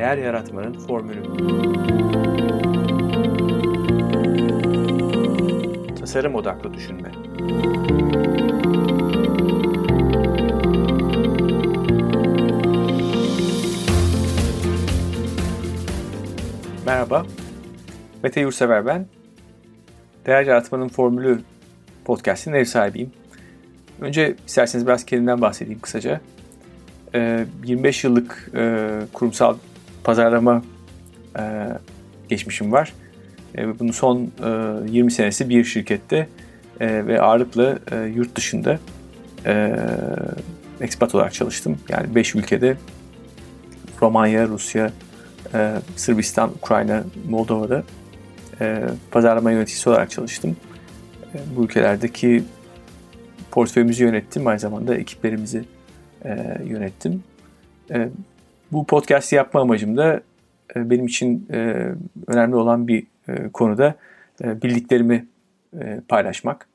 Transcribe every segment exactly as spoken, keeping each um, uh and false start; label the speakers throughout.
Speaker 1: Değer yaratmanın formülü. Tasarım odaklı düşünme. Merhaba, Mete Yurtsever ben. Değer yaratmanın formülü podcast'inin ev sahibiyim. Önce isterseniz biraz kendimden bahsedeyim kısaca. yirmi beş yıllık kurumsal pazarlama geçmişim var. Bunun son yirmi senesi bir şirkette ve ağırlıkla yurt dışında expat olarak çalıştım. Yani beş ülkede Romanya, Rusya, Sırbistan, Ukrayna, Moldova'da pazarlama yöneticisi olarak çalıştım. Bu ülkelerdeki portföyümüzü yönettim. Aynı zamanda ekiplerimizi yönettim. Bu podcast'i yapma amacım da benim için önemli olan bir konuda bildiklerimi paylaşmak.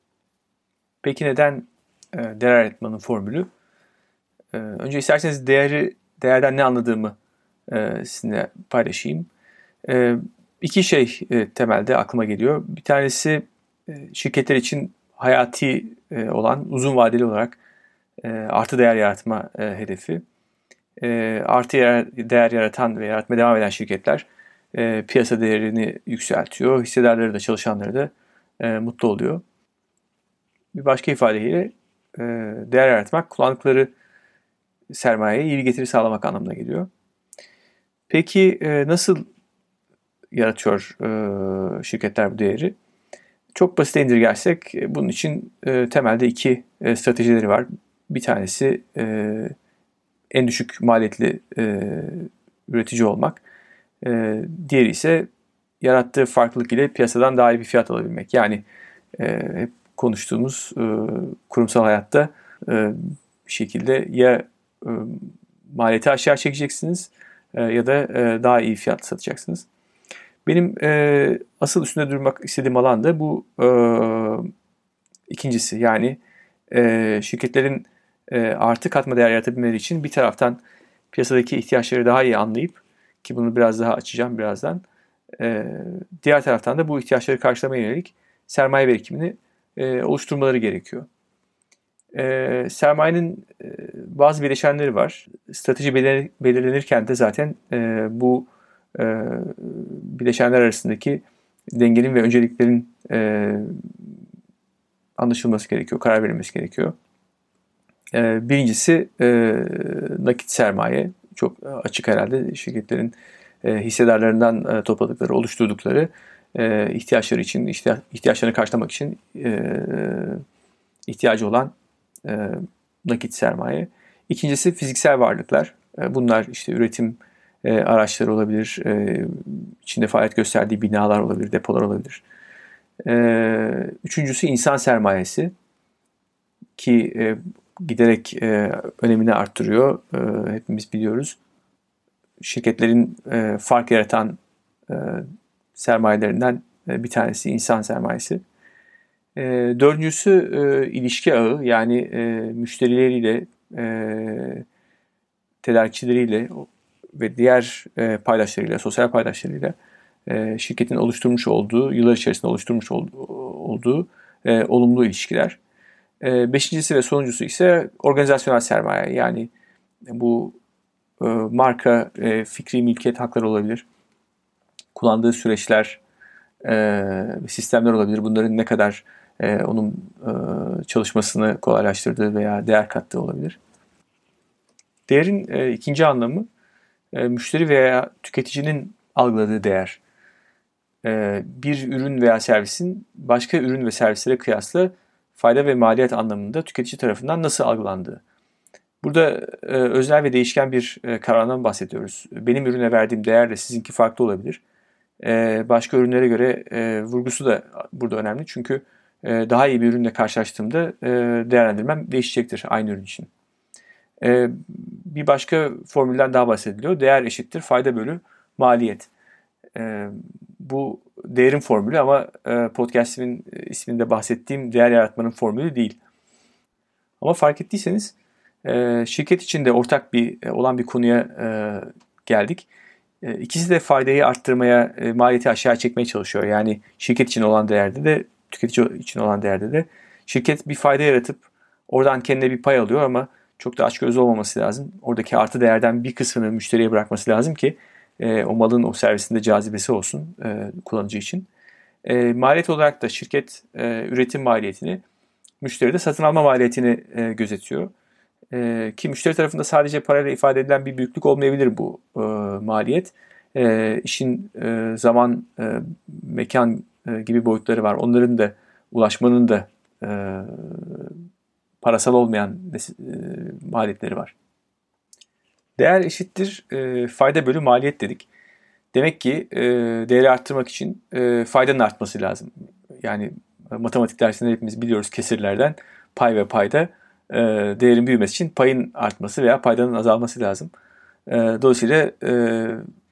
Speaker 1: Peki neden değer yaratmanın formülü? Önce isterseniz değeri, değerden ne anladığımı sizinle paylaşayım. İki şey temelde aklıma geliyor. Bir tanesi şirketler için hayati olan, uzun vadeli olarak artı değer yaratma hedefi. Artı değer yaratan ve yaratmaya devam eden şirketler piyasa değerini yükseltiyor. Hissedarları da, çalışanları da mutlu oluyor. Bir başka ifadeyle değer yaratmak, kullandıkları sermayeye iyi bir getiri sağlamak anlamına geliyor. Peki nasıl yaratıyor şirketler bu değeri? Çok basit indirgersek bunun için temelde iki stratejileri var. Bir tanesi en düşük maliyetli üretici olmak. Diğeri ise yarattığı farklılık ile piyasadan daha iyi bir fiyat alabilmek. Yani hep konuştuğumuz kurumsal hayatta bir şekilde ya maliyeti aşağı çekeceksiniz ya da daha iyi fiyat satacaksınız. Benim e, asıl üstünde durmak istediğim alan da bu e, ikincisi. Yani e, şirketlerin e, artı katma değer yaratabilmeleri için bir taraftan piyasadaki ihtiyaçları daha iyi anlayıp, ki bunu biraz daha açacağım birazdan, e, diğer taraftan da bu ihtiyaçları karşılamaya yönelik sermaye birikimini e, oluşturmaları gerekiyor. E, sermayenin e, bazı bileşenleri var. Strateji belir, belirlenirken de zaten e, bu e, bileşenler arasındaki dengenin ve önceliklerin e, anlaşılması gerekiyor, karar verilmesi gerekiyor. E, birincisi e, nakit sermaye. Çok açık herhalde şirketlerin e, hissedarlarından e, topladıkları, oluşturdukları e, ihtiyaçları için, işte ihtiyaçlarını karşılamak için e, ihtiyacı olan e, nakit sermaye. İkincisi fiziksel varlıklar. E, bunlar işte üretim e, araçları olabilir, e, içinde faaliyet gösterdiği binalar olabilir, depolar olabilir. E, üçüncüsü insan sermayesi ki e, giderek e, önemini arttırıyor. E, hepimiz biliyoruz. Şirketlerin e, fark yaratan e, sermayelerinden e, bir tanesi insan sermayesi. E, dördüncüsü e, ilişki ağı, yani e, müşterileriyle, e, tedarikçileriyle ve diğer e, paydaşlarıyla, sosyal paydaşlarıyla e, şirketin oluşturmuş olduğu, yıllar içerisinde oluşturmuş olduğu, olduğu e, olumlu ilişkiler. E, beşincisi ve sonuncusu ise organizasyonel sermaye, yani bu e, marka, e, fikri mülkiyet hakları olabilir, kullandığı süreçler, e, sistemler olabilir. Bunların ne kadar e, onun e, çalışmasını kolaylaştırdığı veya değer kattığı olabilir. Değerin e, ikinci anlamı e, müşteri veya tüketicinin algıladığı değer. E, bir ürün veya servisin başka ürün ve servislere kıyasla fayda ve maliyet anlamında tüketici tarafından nasıl algılandığı. Burada e, öznel ve değişken bir e, kavramdan bahsediyoruz. Benim ürüne verdiğim değerle sizinki farklı olabilir. E, başka ürünlere göre e, vurgusu da burada önemli. Çünkü e, daha iyi bir ürünle karşılaştığımda e, değerlendirmem değişecektir aynı ürün için. E, bir başka formülden daha bahsediliyor. Değer eşittir fayda bölü maliyet. E, bu değerin formülü ama e, podcast'imin isminde bahsettiğim değer yaratmanın formülü değil. Ama fark ettiyseniz e, şirket içinde ortak bir olan bir konuya e, geldik. E, ikisi de faydayı arttırmaya, e, maliyeti aşağı çekmeye çalışıyor. Yani şirket için olan değerde de, tüketici için olan değerde de. Şirket bir fayda yaratıp oradan kendine bir pay alıyor ama çok da açgözlü olmaması lazım. Oradaki artı değerden bir kısmını müşteriye bırakması lazım ki e, o malın, o servisinde cazibesi olsun e, kullanıcı için. E, maliyet olarak da şirket e, üretim maliyetini, müşteri de satın alma maliyetini e, gözetiyor. E, ki müşteri tarafında sadece parayla ifade edilen bir büyüklük olmayabilir bu e, maliyet. E, işin e, zaman, e, mekan e, gibi boyutları var. Onların da ulaşmanın da e, parasal olmayan e, maliyetleri var. Değer eşittir e, fayda bölü maliyet dedik. Demek ki e, değeri arttırmak için e, faydanın artması lazım. Yani matematik dersinde hepimiz biliyoruz kesirlerden pay ve payda e, değerin büyümesi için payın artması veya paydanın azalması lazım. E, dolayısıyla e,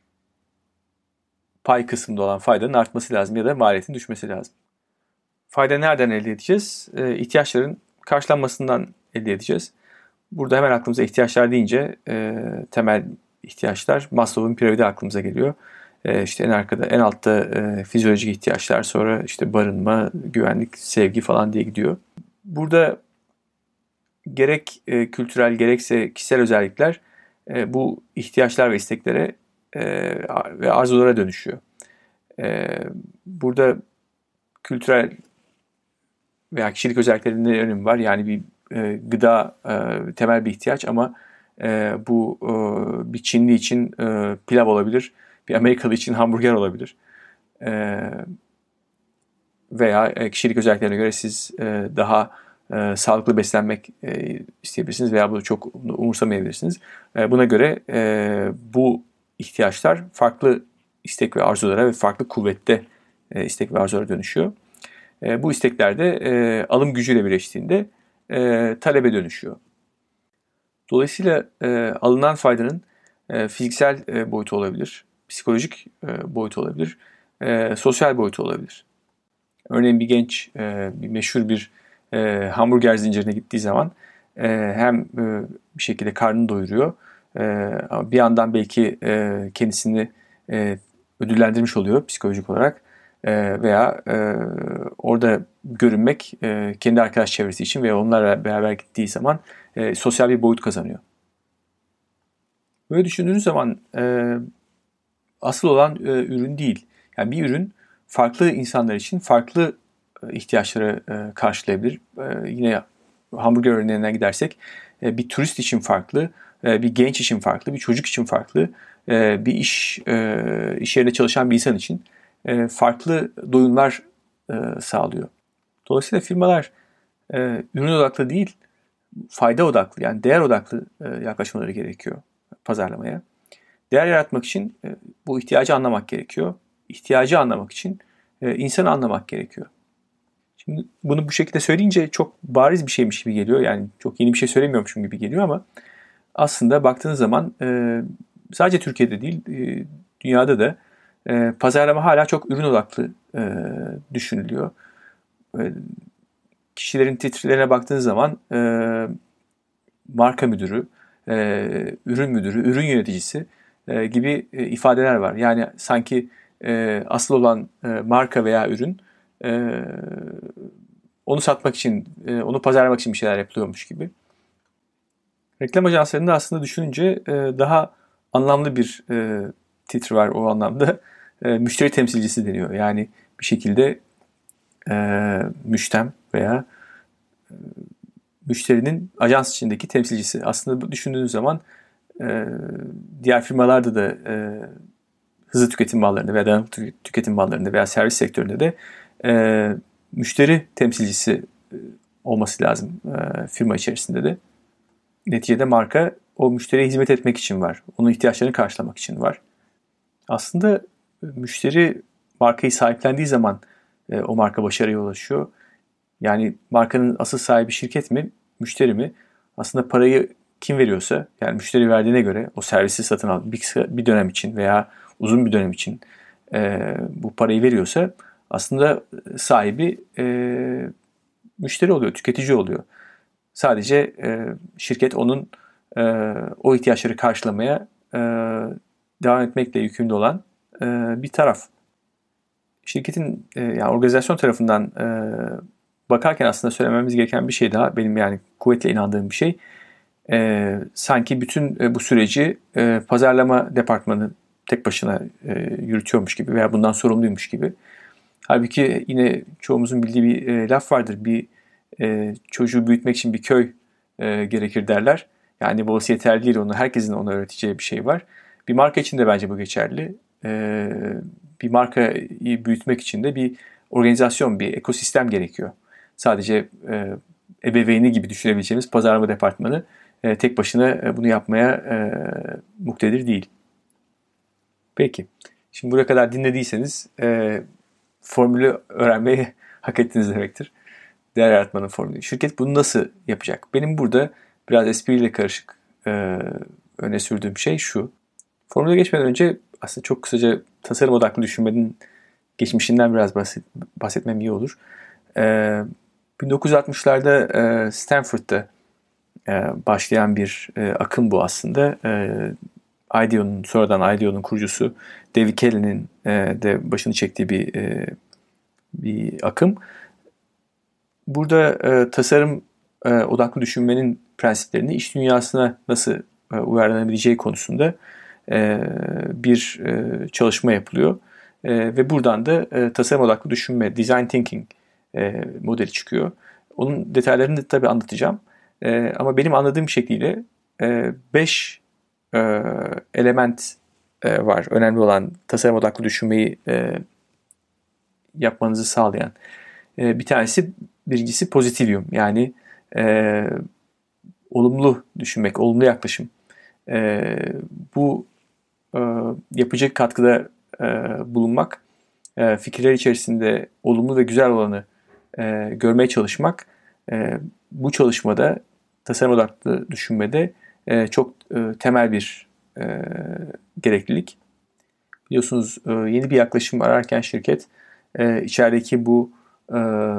Speaker 1: pay kısmında olan faydanın artması lazım ya da maliyetin düşmesi lazım. Fayda nereden elde edeceğiz? E, ihtiyaçların karşılanmasından elde edeceğiz. Burada hemen aklımıza ihtiyaçlar deyince e, temel ihtiyaçlar Maslow'un piramidi aklımıza geliyor. E, işte en arkada, en altta e, fizyolojik ihtiyaçlar, sonra işte barınma, güvenlik, sevgi falan diye gidiyor. Burada gerek e, kültürel gerekse kişisel özellikler e, bu ihtiyaçlar ve isteklere e, ve arzulara dönüşüyor. E, burada kültürel veya kişilik özelliklerinde önemi var. Yani bir e, gıda e, temel bir ihtiyaç ama e, bu e, bir Çinli için e, pilav olabilir, bir Amerikalı için hamburger olabilir. E, veya e, kişilik özelliklerine göre siz e, daha e, sağlıklı beslenmek e, isteyebilirsiniz veya bunu çok umursamayabilirsiniz. E, buna göre e, bu ihtiyaçlar farklı istek ve arzulara ve farklı kuvvette e, istek ve arzulara dönüşüyor. E, bu istekler de e, alım gücüyle birleştiğinde e, talebe dönüşüyor. Dolayısıyla e, alınan faydanın e, fiziksel e, boyutu olabilir, psikolojik e, boyutu olabilir, e, sosyal boyutu olabilir. Örneğin bir genç, e, bir meşhur bir e, hamburger zincirine gittiği zaman e, hem e, bir şekilde karnını doyuruyor, e, ama bir yandan belki e, kendisini e, ödüllendirmiş oluyor psikolojik olarak. E, veya e, orada görünmek e, kendi arkadaş çevresi için veya onlarla beraber gittiği zaman e, sosyal bir boyut kazanıyor. Böyle düşündüğünüz zaman e, asıl olan e, ürün değil. Yani bir ürün farklı insanlar için farklı e, ihtiyaçları e, karşılayabilir. E, yine hamburger örneğinden gidersek e, bir turist için farklı, e, bir genç için farklı, bir çocuk için farklı, e, bir iş e, iş yerinde çalışan bir insan için e, farklı doyumlar e, sağlıyor. Dolayısıyla firmalar e, ürün odaklı değil, fayda odaklı yani değer odaklı e, yaklaşmaları gerekiyor pazarlamaya. Değer yaratmak için e, bu ihtiyacı anlamak gerekiyor. İhtiyacı anlamak için e, insanı anlamak gerekiyor. Şimdi bunu bu şekilde söyleyince çok bariz bir şeymiş gibi geliyor. Yani çok yeni bir şey söylemiyormuşum gibi geliyor ama aslında baktığınız zaman e, sadece Türkiye'de değil, e, dünyada da e, pazarlama hala çok ürün odaklı e, düşünülüyor. E, kişilerin titrilerine baktığınız zaman e, marka müdürü, e, ürün müdürü, ürün yöneticisi e, gibi e, ifadeler var. Yani sanki e, asıl olan e, marka veya ürün e, onu satmak için, e, onu pazarlamak için bir şeyler yapılıyormuş gibi. Reklam ajanslarında aslında düşününce e, daha anlamlı bir e, titri var o anlamda. E, müşteri temsilcisi deniyor. Yani bir şekilde e, müştem veya e, müşterinin ajans içindeki temsilcisi. Aslında düşündüğünüz zaman e, diğer firmalarda da e, hızlı tüketim mallarında veya dayanıklı tüketim mallarında veya servis sektöründe de e, müşteri temsilcisi e, olması lazım e, firma içerisinde de. Neticede marka o müşteriye hizmet etmek için var. Onun ihtiyaçlarını karşılamak için var. Aslında müşteri markayı sahiplendiği zaman e, o marka başarıya ulaşıyor. Yani markanın asıl sahibi şirket mi, müşteri mi? Aslında parayı kim veriyorsa, yani müşteri verdiğine göre o servisi satın al bir, bir dönem için veya uzun bir dönem için e, bu parayı veriyorsa aslında sahibi e, müşteri oluyor, tüketici oluyor. Sadece e, şirket onun e, o ihtiyaçları karşılamaya e, devam etmekle yükümlü olan e, bir taraf. Şirketin e, yani organizasyon tarafından e, bakarken aslında söylememiz gereken bir şey daha, benim yani kuvvetle inandığım bir şey. E, sanki bütün e, bu süreci e, pazarlama departmanı tek başına e, yürütüyormuş gibi veya bundan sorumluymuş gibi. Halbuki yine çoğumuzun bildiği bir e, laf vardır. Bir e, çocuğu büyütmek için bir köy e, gerekir derler. Yani babası yeterli değil, onu herkesin ona öğreteceği bir şey var. Bir marka için de bence bu geçerli. E, bir markayı büyütmek için de bir organizasyon, bir ekosistem gerekiyor. Sadece e, ebeveyni gibi düşünebileceğimiz pazarlama departmanı e, tek başına e, bunu yapmaya e, muktedir değil. Peki, şimdi buraya kadar dinlediyseniz e, formülü öğrenmeyi hak ettiniz demektir. Değer yaratmanın formülü. Şirket bunu nasıl yapacak? Benim burada biraz espriyle karışık e, öne sürdüğüm şey şu. Formüle geçmeden önce aslında çok kısaca tasarım odaklı düşünmenin geçmişinden biraz bahset, bahsetmem iyi olur. E, bin dokuz yüz altmışlarda e, Stanford'da e, başlayan bir e, akım bu aslında. E, I D Eo'nun, sonradan I D Eo'nun kurucusu David Kelly'nin e, de başını çektiği bir e, bir akım. Burada e, tasarım e, odaklı düşünmenin prensiplerini iş dünyasına nasıl e, uyarlanabileceği konusunda e, bir e, çalışma yapılıyor. E, ve buradan da e, tasarım odaklı düşünme, design thinking e, modeli çıkıyor. Onun detaylarını tabii anlatacağım. E, ama benim anladığım şekliyle beş e, e, element e, var. Önemli olan tasarım odaklı düşünmeyi e, yapmanızı sağlayan. E, bir tanesi, birincisi pozitivyum. Yani e, olumlu düşünmek, olumlu yaklaşım. E, bu e, yapacak katkıda e, bulunmak, e, fikirler içerisinde olumlu ve güzel olanı e, görmeye çalışmak, e, bu çalışmada, tasarım odaklı düşünmede e, çok e, temel bir e, gereklilik. Biliyorsunuz e, yeni bir yaklaşım ararken şirket e, içerideki bu e,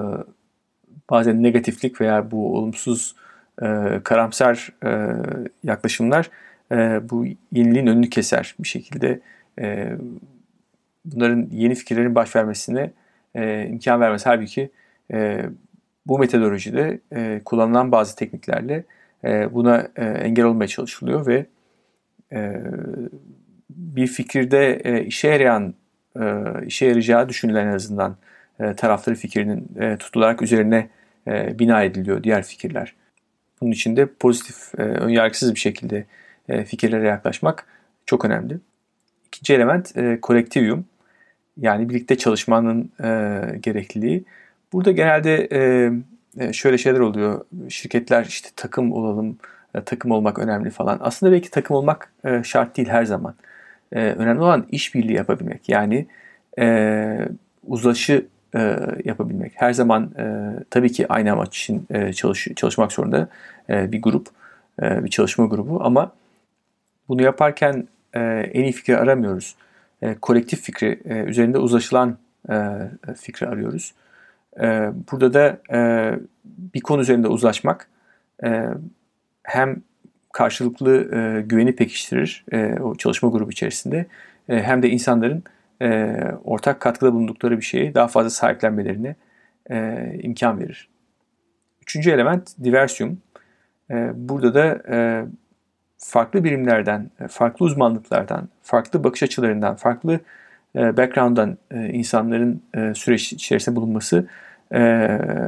Speaker 1: bazen negatiflik veya bu olumsuz e, karamsar e, yaklaşımlar e, bu yeniliğin önünü keser bir şekilde. E, bunların yeni fikirlerin baş vermesine e, imkan vermez. Halbuki e, bu metodolojide e, kullanılan bazı tekniklerle e, buna e, engel olmaya çalışılıyor ve e, bir fikirde e, işe yarayan, e, işe yarayacağı düşünülen en azından e, tarafları fikrinin e, tutularak üzerine e, bina ediliyor diğer fikirler. Bunun için de pozitif, e, önyargısız bir şekilde e, fikirlere yaklaşmak çok önemli. İkinci element e, kolektivyum. Yani birlikte çalışmanın e, gerekliliği. Burada genelde e, şöyle şeyler oluyor. Şirketler işte takım olalım, e, takım olmak önemli falan. Aslında belki takım olmak e, şart değil her zaman. E, önemli olan işbirliği yapabilmek. Yani e, uzlaşı e, yapabilmek. Her zaman e, tabii ki aynı amaç için e, çalış, çalışmak zorunda e, bir grup, e, bir çalışma grubu. Ama bunu yaparken e, en iyi fikri aramıyoruz. E, kolektif fikri, e, üzerinde uzlaşılan e, fikri arıyoruz. E, burada da e, bir konu üzerinde uzlaşmak e, hem karşılıklı e, güveni pekiştirir e, o çalışma grubu içerisinde, e, hem de insanların e, ortak katkıda bulundukları bir şeyi daha fazla sahiplenmelerine e, imkan verir. Üçüncü element diversium. E, burada da e, farklı birimlerden, farklı uzmanlıklardan, farklı bakış açılarından, farklı e, background'dan e, insanların e, süreç içerisinde bulunması e,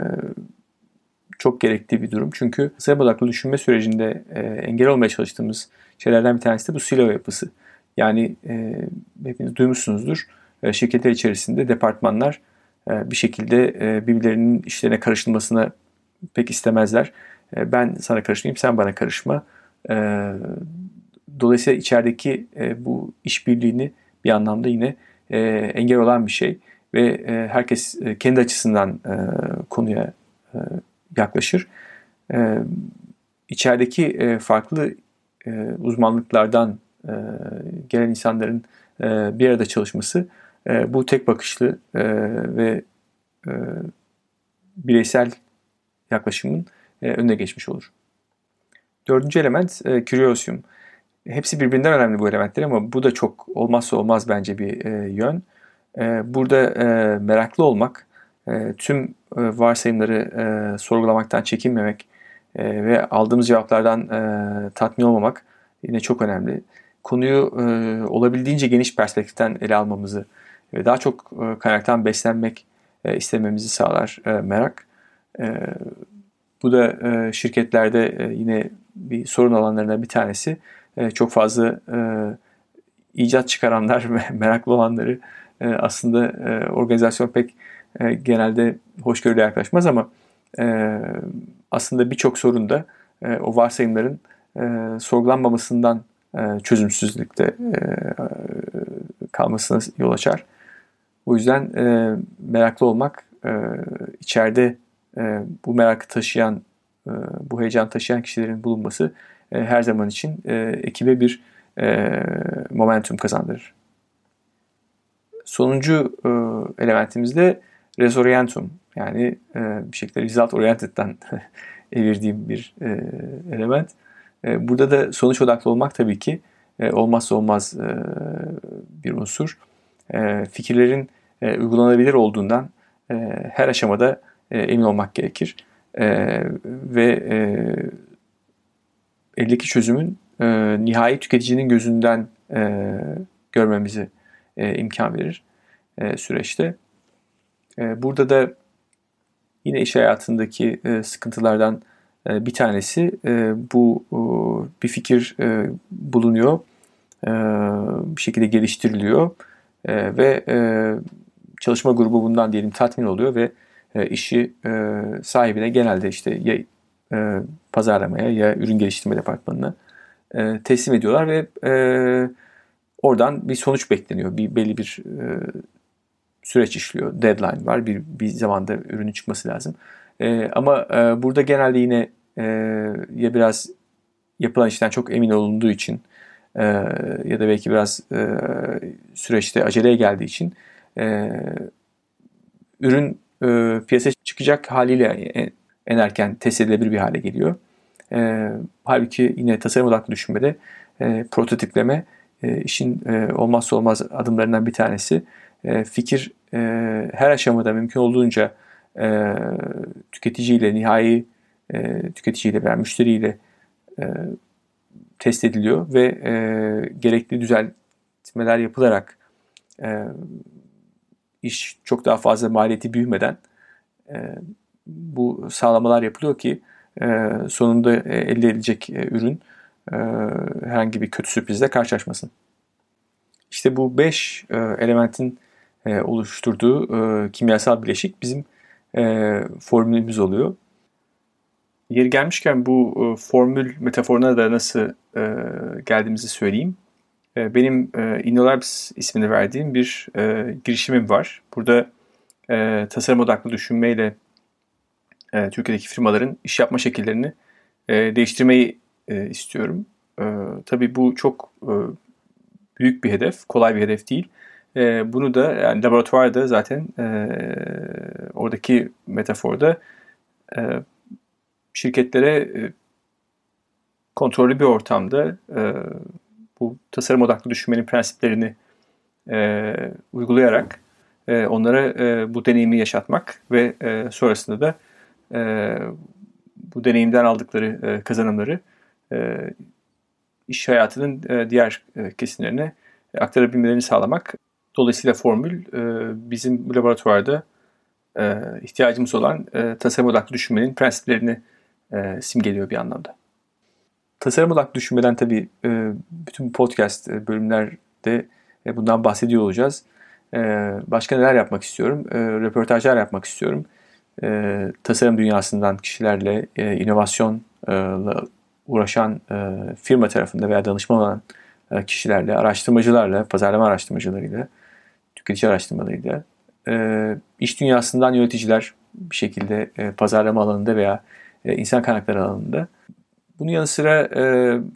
Speaker 1: çok gerekli bir durum. Çünkü tasarım odaklı düşünme sürecinde e, engel olmaya çalıştığımız şeylerden bir tanesi de bu silo yapısı. Yani e, hepiniz duymuşsunuzdur. E, şirketler içerisinde departmanlar e, bir şekilde e, birbirlerinin işlerine karışılmasına pek istemezler. E, ben sana karışmayayım, sen bana karışma. E, dolayısıyla içerideki e, bu işbirliğini bir anlamda yine e, engel olan bir şey. Ve e, herkes e, kendi açısından e, konuya e, yaklaşır. E, içerideki e, farklı e, uzmanlıklardan e, gelen insanların e, bir arada çalışması e, bu tek bakışlı e, ve e, bireysel yaklaşımın e, önüne geçmiş olur. Dördüncü element e, curiosium. Hepsi birbirinden önemli bu elementler ama bu da çok olmazsa olmaz bence bir e, yön. E, burada e, meraklı olmak, e, tüm e, varsayımları e, sorgulamaktan çekinmemek e, ve aldığımız cevaplardan e, tatmin olmamak yine çok önemli. Konuyu e, olabildiğince geniş perspektiften ele almamızı ve daha çok e, kaynaktan beslenmek e, istememizi sağlar e, merak. E, bu da e, şirketlerde e, yine bir sorun alanlarından bir tanesi. E, çok fazla e, icat çıkaranlar ve meraklı olanları e, aslında e, organizasyon pek e, genelde hoşgörüyle yaklaşmaz ama e, aslında birçok sorun da e, o varsayımların e, sorgulanmamasından e, çözümsüzlükte e, kalmasına yol açar. O yüzden e, meraklı olmak, e, içeride e, bu merakı taşıyan, e, bu heyecan taşıyan kişilerin bulunması e, her zaman için e, ekibe bir e, momentum kazandırır. Sonuncu e, elementimiz de resorientum. Yani e, bir şekilde result oriented'dan evirdiğim bir e, element. E, burada da sonuç odaklı olmak tabii ki e, olmazsa olmaz e, bir unsur. E, fikirlerin e, uygulanabilir olduğundan e, her aşamada e, emin olmak gerekir. E, ve e, eldeki çözümün e, nihai tüketicinin gözünden e, görmemizi e, imkan verir e, süreçte. E, burada da yine iş hayatındaki e, sıkıntılardan e, bir tanesi e, bu e, bir fikir e, bulunuyor, e, bir şekilde geliştiriliyor e, ve e, çalışma grubu bundan diyelim tatmin oluyor ve e, işi e, sahibine genelde işte ya e, pazarlamaya ya ürün geliştirme departmanına e, teslim ediyorlar ve e, oradan bir sonuç bekleniyor. Bir belli bir e, süreç işliyor. Deadline var. Bir, bir zamanda ürünün çıkması lazım. E, ama e, burada genelde yine e, ya biraz yapılan işten çok emin olunduğu için e, ya da belki biraz e, süreçte aceleye geldiği için e, ürün e, piyasaya çıkacak haliyle en, en erken test edilebilir bir hale geliyor. E, halbuki yine tasarım odaklı düşünmede e, prototipleme e, işin e, olmazsa olmaz adımlarından bir tanesi. E, fikir e, her aşamada mümkün olduğunca e, tüketiciyle, nihai e, tüketiciyle veya müşteriyle e, test ediliyor ve e, gerekli düzeltmeler yapılarak e, iş çok daha fazla maliyeti büyümeden e, bu sağlamalar yapılıyor ki e, sonunda e, elde edilecek e, ürün e, herhangi bir kötü sürprizle karşılaşmasın. İşte bu beş e, elementin e, oluşturduğu e, kimyasal bileşik bizim e, formülümüz oluyor. Yeri gelmişken bu e, formül metaforuna da nasıl e, geldiğimizi söyleyeyim. E, benim e, InnoLabs ismini verdiğim bir e, girişimim var. Burada e, tasarım odaklı düşünmeyle e, Türkiye'deki firmaların iş yapma şekillerini e, değiştirmeyi e, istiyorum. E, tabii bu çok e, büyük bir hedef, kolay bir hedef değil. E, bunu da yani laboratuvarda zaten e, oradaki metaforda e, şirketlere e, kontrollü bir ortamda e, bu tasarım odaklı düşünmenin prensiplerini e, uygulayarak e, onlara e, bu deneyimi yaşatmak ve e, sonrasında da e, bu deneyimden aldıkları e, kazanımları e, iş hayatının e, diğer e, kesimlerine aktarabilmelerini sağlamak. Dolayısıyla formül e, bizim bu laboratuvarda e, ihtiyacımız olan e, tasarım odaklı düşünmenin prensiplerini e, simgeliyor bir anlamda. Tasarım odaklı düşünmeden tabii e, bütün podcast bölümlerde e, bundan bahsediyor olacağız. E, başka neler yapmak istiyorum? E, röportajlar yapmak istiyorum. E, tasarım dünyasından kişilerle e, inovasyonla uğraşan e, firma tarafında veya danışman olan e, kişilerle, araştırmacılarla, pazarlama araştırmacılarıyla, tüketici araştırmalarıyla, e, iş dünyasından yöneticiler bir şekilde e, pazarlama alanında veya e, insan kaynakları alanında. Bunun yanı sıra e,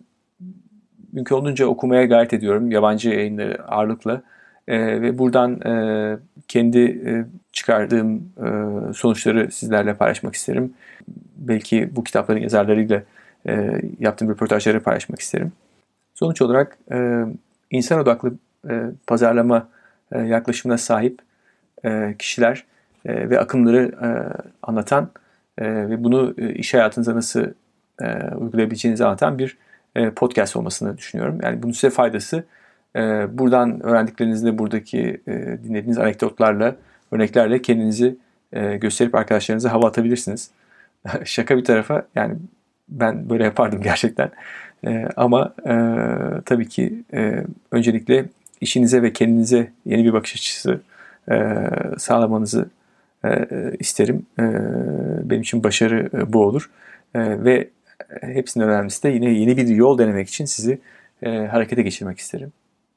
Speaker 1: mümkün olduğunca okumaya gayret ediyorum. Yabancı yayınları ağırlıkla. E, ve buradan e, kendi e, çıkardığım e, sonuçları sizlerle paylaşmak isterim. Belki bu kitapların yazarlarıyla e, yaptığım röportajları paylaşmak isterim. Sonuç olarak e, insan odaklı e, pazarlama e, yaklaşımına sahip e, kişiler e, ve akımları e, anlatan e, ve bunu e, iş hayatınıza nasıl e, uygulayabileceğinizi anlatan bir e, podcast olmasını düşünüyorum. Yani bunun size faydası e, buradan öğrendiklerinizle, buradaki e, dinlediğiniz anekdotlarla, örneklerle kendinizi e, gösterip arkadaşlarınıza hava atabilirsiniz. Şaka bir tarafa, yani ben böyle yapardım gerçekten. E, ama e, tabii ki e, öncelikle işinize ve kendinize yeni bir bakış açısı e, sağlamanızı e, isterim. E, benim için başarı e, bu olur. E, ve hepsinden önemlisi de yine yeni bir yol denemek için sizi e, harekete geçirmek isterim.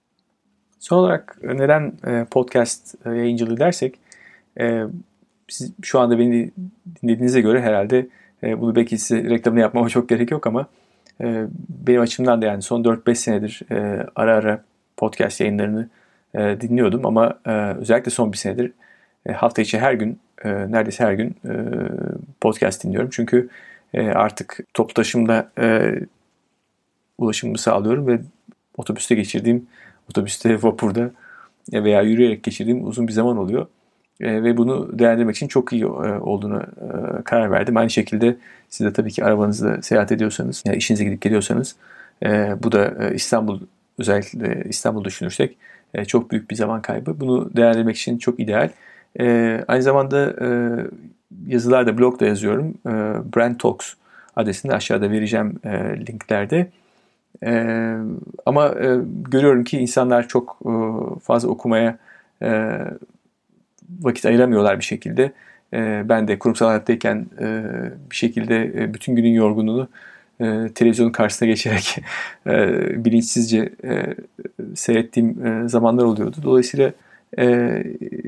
Speaker 1: Son olarak neden e, podcast e, yayıncılığı dersek, e, siz şu anda beni dinlediğinize göre herhalde e, bunu belki size reklamını yapmama çok gerek yok ama e, benim açımdan da yani son dört beş senedir e, ara ara podcast yayınlarını e, dinliyordum ama e, özellikle son bir senedir e, hafta içi her gün, e, neredeyse her gün e, podcast dinliyorum. Çünkü e, artık toplu taşımda e, ulaşımımı sağlıyorum ve otobüste geçirdiğim, otobüste, vapurda veya yürüyerek geçirdiğim uzun bir zaman oluyor. E, ve bunu değerlendirmek için çok iyi e, olduğunu e, karar verdim. Aynı şekilde siz de tabii ki arabanızda seyahat ediyorsanız, ya işinize gidip geliyorsanız, e, bu da e, İstanbul, özellikle İstanbul düşünürsek e, çok büyük bir zaman kaybı. Bunu değerlendirmek için çok ideal. E, aynı zamanda e, yazılarda, blogda yazıyorum. E, Brand Talks adresini aşağıda vereceğim e, linklerde. E, ama e, görüyorum ki insanlar çok e, fazla okumaya e, vakit ayıramıyorlar bir şekilde. E, ben de kurumsal hayattayken e, bir şekilde e, bütün günün yorgunluğunu e, televizyonun karşısına geçerek e, bilinçsizce e, seyrettiğim e, zamanlar oluyordu. Dolayısıyla e,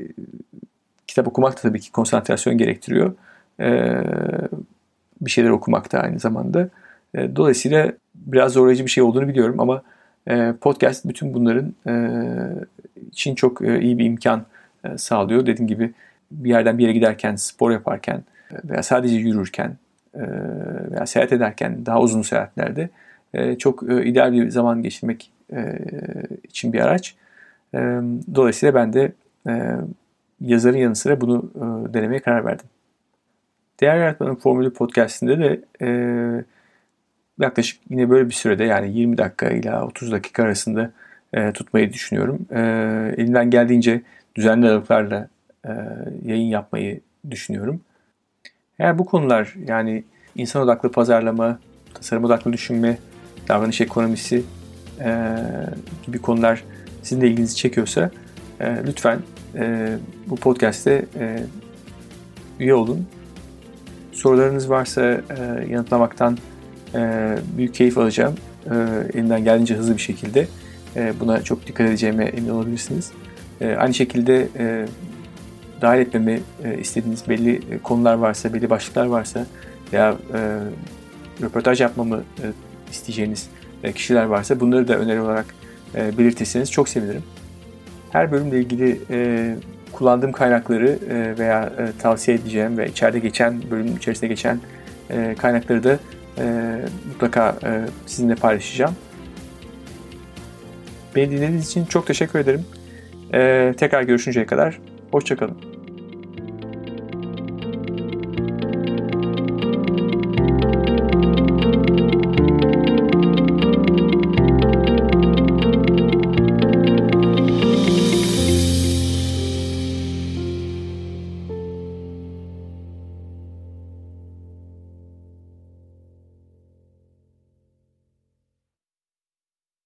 Speaker 1: kitap okumak da tabii ki konsantrasyon gerektiriyor. E, bir şeyler okumak da aynı zamanda. E, dolayısıyla biraz zorlayıcı bir şey olduğunu biliyorum ama e, podcast bütün bunların e, için çok e, iyi bir imkan e, sağlıyor. Dediğim gibi bir yerden bir yere giderken, spor yaparken veya sadece yürürken e, veya seyahat ederken, daha uzun seyahatlerde e, çok e, ideal bir zaman geçirmek e, için bir araç. E, dolayısıyla ben de e, yazarın yanı sıra bunu e, denemeye karar verdim. Değer Yaratmanın Formülü podcastinde de e, yaklaşık yine böyle bir sürede, yani yirmi dakika ila otuz dakika arasında e, tutmayı düşünüyorum. E, elimden geldiğince düzenli aralıklarla e, yayın yapmayı düşünüyorum. Eğer bu konular, yani insan odaklı pazarlama, tasarım odaklı düşünme, davranış ekonomisi e, gibi konular sizin de ilginizi çekiyorsa e, lütfen e, bu podcast'te e, üye olun. Sorularınız varsa e, yanıtlamaktan e, büyük keyif alacağım. E, elimden geldiğince hızlı bir şekilde. E, buna çok dikkat edeceğime emin olabilirsiniz. E, aynı şekilde e, dahil etmemi e, istediğiniz belli konular varsa, belli başlıklar varsa veya e, röportaj yapmamı e, isteyeceğiniz e, kişiler varsa bunları da öneri olarak e, belirtirseniz çok sevinirim. Her bölümle ilgili e, kullandığım kaynakları e, veya e, tavsiye edeceğim ve içeride geçen, bölümün içerisinde geçen e, kaynakları da e, mutlaka e, sizinle paylaşacağım. Beni dinlediğiniz için çok teşekkür ederim. E, tekrar görüşünceye kadar hoşça kalın.